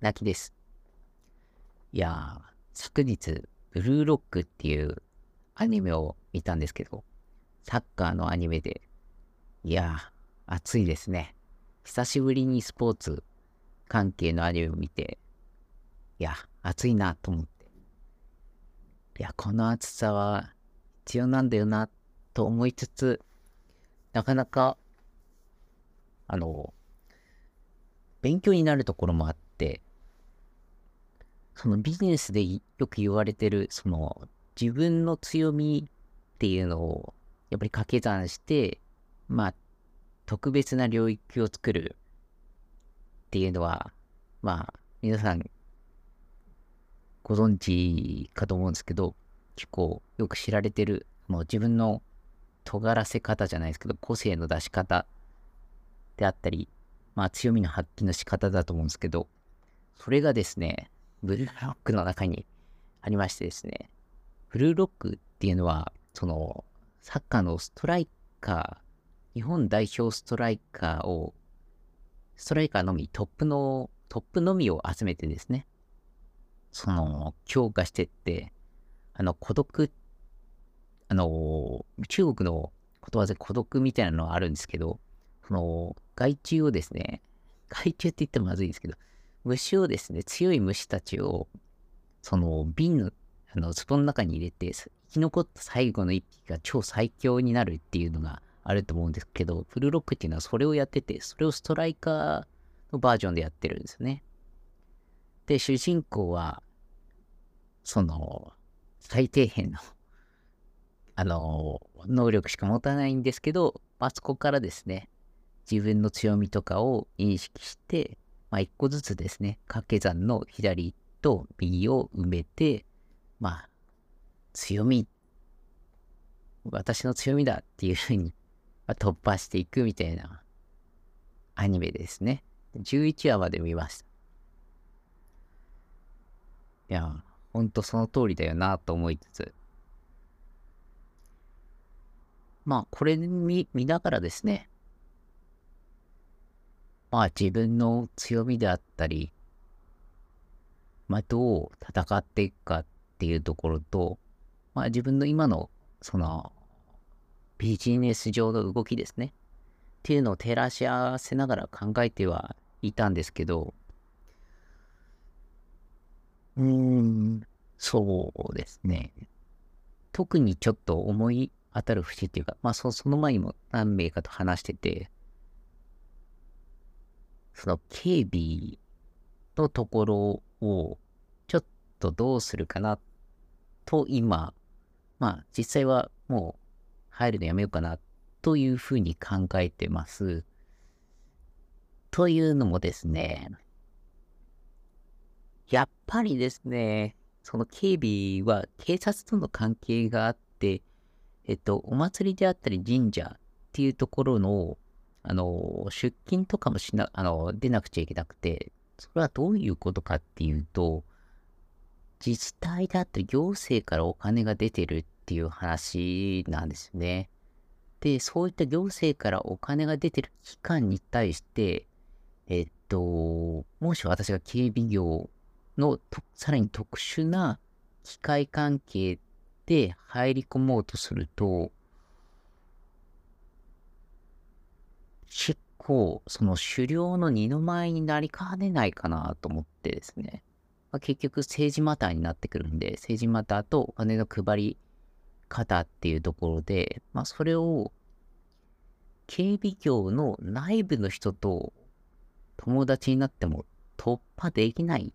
泣きです。いやー、昨日、ブルーロックっていうアニメを見たんですけど、サッカーのアニメで、いやー、熱いですね。久しぶりにスポーツ関係のアニメを見て、いや、熱いなと思って。いや、この熱さは必要なんだよなと思いつつ、なかなか、あの、勉強になるところもあって、そのビジネスでよく言われてる、自分の強みっていうのを、やっぱり掛け算して、まあ、特別な領域を作るっていうのは、皆さんご存知かと思うんですけど、結構よく知られてる、もう自分の尖らせ方じゃないですけど、個性の出し方であったり、強みの発揮の仕方だと思うんですけど、それがですね、ブルーロックの中にありましてですね、ブルーロックっていうのは、サッカーのストライカー、日本代表ストライカーのみ、トップのみを集めてですね、強化してって、孤独、中国のことわざで孤独みたいなのがあるんですけど、害虫をですね、害虫って言ってもまずいですけど、虫をですね、強い虫たちを、瓶の、壺の中に入れて、生き残った最後の一匹が超最強になるっていうのがあると思うんですけど、ブルーロックっていうのはそれをやってて、それをストライカーのバージョンでやってるんですよね。で、主人公は、その、最底辺の、能力しか持たないんですけど、そこからですね、自分の強みとかを認識して、一個ずつですね、掛け算の左と右を埋めて、まあ、強み、私の強みだっていうふうに突破していくみたいなアニメですね。11話まで見ました。いや、ほんとその通りだよなと思いつつ、これ見ながらですね、自分の強みであったり、どう戦っていくかっていうところと、自分の今の、その、ビジネス上の動きですね。っていうのを照らし合わせながら考えてはいたんですけど、うーん、そうですね。特にちょっと思い当たる節っていうか、その前にも何名かと話してて、その警備のところを、ちょっとどうするかなと今、実際はもう入るのやめようかなというふうに考えてます。というのもですね、やっぱりですね、その警備は警察との関係があって、お祭りであったり神社っていうところの、出勤とかも出なくちゃいけなくて、それはどういうことかっていうと、自治体だったり行政からお金が出てるっていう話なんですよね。で、そういった行政からお金が出てる機関に対して、もし私が警備業のさらに特殊な機械関係で入り込もうとすると、結構、その狩猟の二の舞になりかねないかなと思ってですね。結局政治マターになってくるんで、政治マターとお金の配り方っていうところで、それを警備業の内部の人と友達になっても突破できない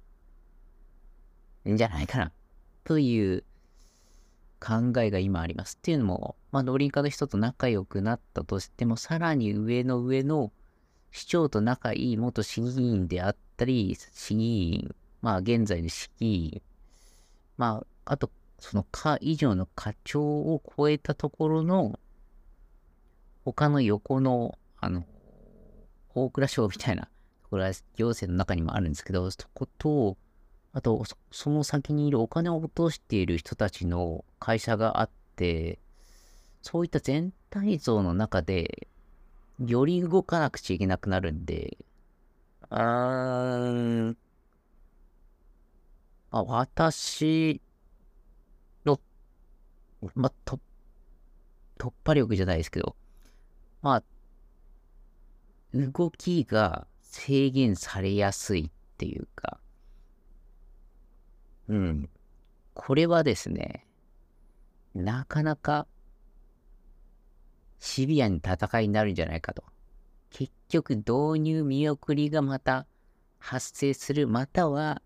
んじゃないかなという考えが今あります。っていうのも、農林課の人と仲良くなったとしても、さらに上の市長と仲いい元市議員であったり、市議員、現在の市議員、あと、その課以上の課長を超えたところの、他の横の、大蔵省みたいなところは行政の中にもあるんですけど、そこと、あと、その先にいるお金を落としている人たちの会社があって、そういった全体像の中で、より動かなくちゃいけなくなるんで、 私の、まあ、突破力じゃないですけど、まあ、動きが制限されやすいっていうか、うん。これはですね、なかなかシビアに戦いになるんじゃないかと。結局、導入見送りがまた発生する、または、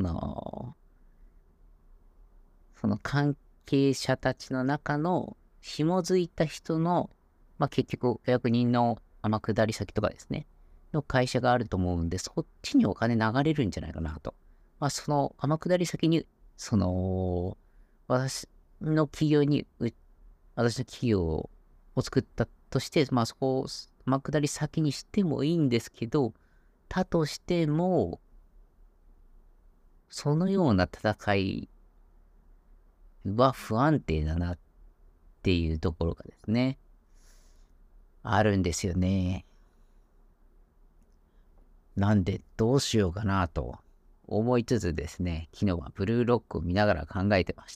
その関係者たちの中の紐づいた人の、結局、お役人の天下り先とかですね、の会社があると思うんで、そっちにお金流れるんじゃないかなと。その天下り先に、私の企業に、私の企業を作ったとして、そこを天下り先にしてもいいんですけど、だとしても、そのような戦いは不安定だなっていうところがですね、あるんですよね。なんで、どうしようかなと思いつつですね、昨日はブルーロックを見ながら考えてました。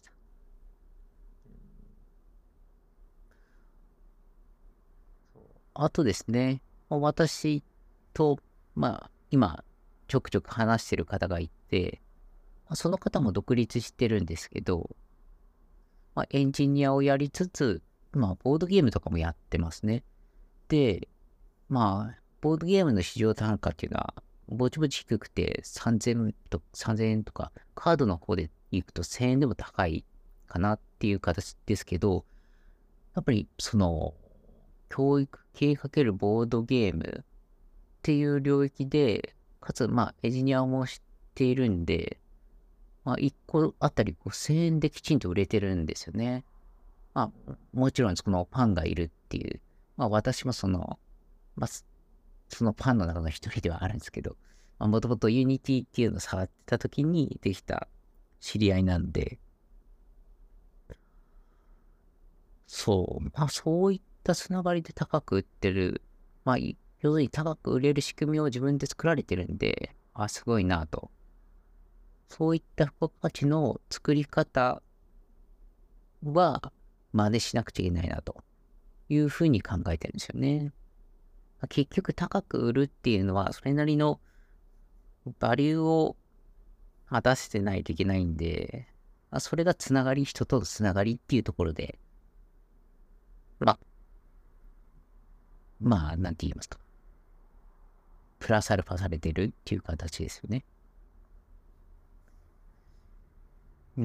あとですね、私と、今、ちょくちょく話してる方がいて、その方も独立してるんですけど、エンジニアをやりつつ、ボードゲームとかもやってますね。で、ボードゲームの市場単価っていうのは、ぼちぼち低くて3000円とか、カードの方で行くと1000円でも高いかなっていう形ですけど、やっぱり教育系かけるボードゲームっていう領域で、かつ、エンジニアも知っているんで、1個あたり5000円できちんと売れてるんですよね。もちろんそのファンがいるっていう、私もそのファンの中の一人ではあるんですけど、もともとユニティっていうのを触ってた時にできた知り合いなんで、そういったつながりで高く売ってる、要するに高く売れる仕組みを自分で作られてるんで、すごいなと。そういった付加価値の作り方は真似しなくちゃいけないなというふうに考えてるんですよね。結局高く売るっていうのは、それなりのバリューを出してないといけないんで、それがつながり、人とのつながりっていうところで、まなんて言いますか。プラスアルファされてるっていう形ですよね。うん。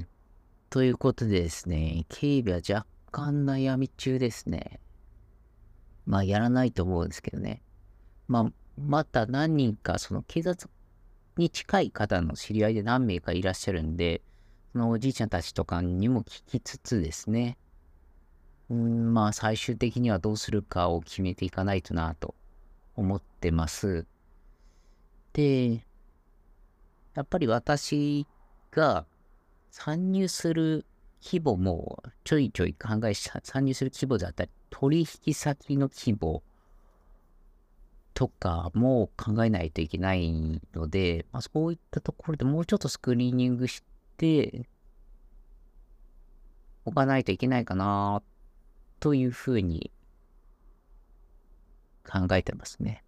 ということでですね、警備は若干悩み中ですね。やらないと思うんですけどね。また何人か、その警察に近い方の知り合いで何名かいらっしゃるんで、そのおじいちゃんたちとかにも聞きつつですね、最終的にはどうするかを決めていかないとなと思ってます。で、やっぱり私が参入する規模もちょいちょい参入する規模であったり、取引先の規模とかも考えないといけないので、そういったところでもうちょっとスクリーニングしておかないといけないかなというふうに考えてますね。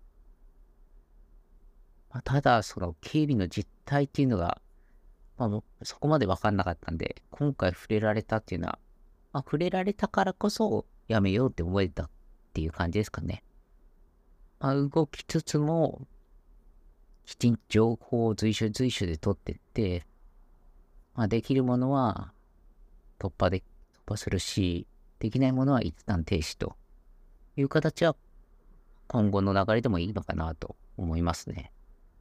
ただ、その警備の実態っていうのが、そこまで分かんなかったんで、今回触れられたっていうのは、触れられたからこそやめようって思えたっていう感じですかね。動きつつも、きちんと情報を随所で取っていって、できるものは突破するし、できないものは一旦停止という形は今後の流れでもいいのかなと思いますね。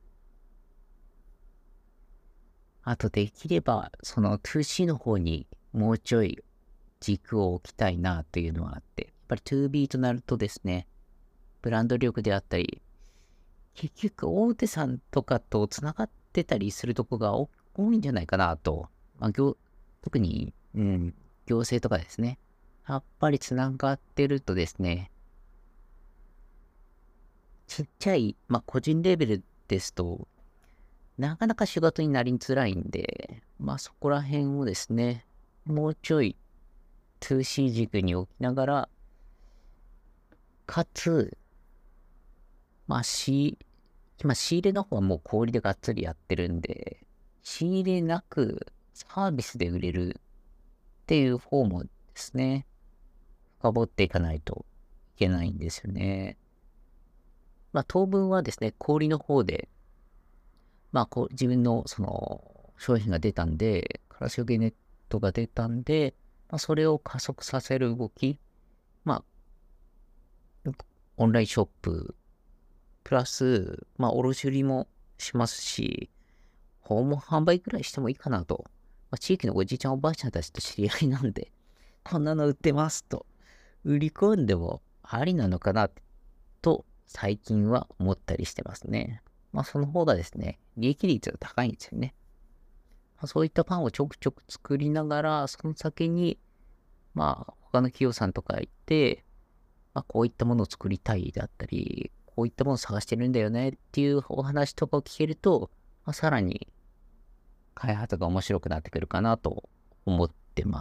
あとできれば、その 2C の方にもうちょい軸を置きたいなというのはあって、やっぱり 2B となるとですね、ブランド力であったり、結局大手さんとかとつながってたりするとこが多いんじゃないかなと。特に、行政とかですね。やっぱりつながってるとですね、ちっちゃい、個人レベルですと、 なかなか仕事になりづらいんで、まあそこら辺をですね、もうちょい 2C 軸に置きながら、かつ、まあ今仕入れの方はもう小売りでがっつりやってるんで、仕入れなくサービスで売れるっていう方もですね、深掘っていかないといけないんですよね。まあ当分はですね、小売りの方で、まあ自分のその商品が出たんで、カラスよけネットが出たんで、まあそれを加速させる動き、まあオンラインショップ、プラス、まあ卸売りもしますし、訪問販売くらいしてもいいかなと。まあ、地域のおじいちゃんおばあちゃんたちと知り合いなんで、こんなの売ってますと、売り込んでもありなのかなと、最近は思ったりしてますね。まあ、その方がですね、利益率が高いんですよね。まあ、そういったパンをちょくちょく作りながら、その先に、まあ、他の企業さんとか行って、まあ、こういったものを作りたいだったり、こういったものを探してるんだよねっていうお話とかを聞けると、まあ、さらに開発が面白くなってくるかなと思ってます。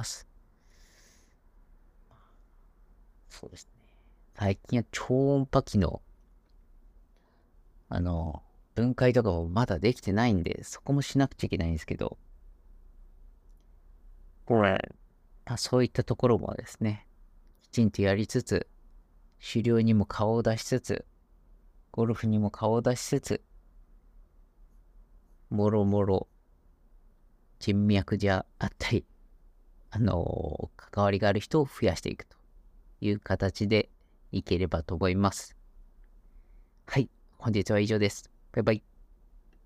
そうですね。最近は超音波機能、分解とかもまだできてないんで、そこもしなくちゃいけないんですけど、まあ、そういったところもですね、きちんとやりつつ、狩猟にも顔を出しつつ、ゴルフにも顔を出しつつ、もろもろ人脈じゃあったり、関わりがある人を増やしていくという形でいければと思います。はい、本日は以上です。バイバイ。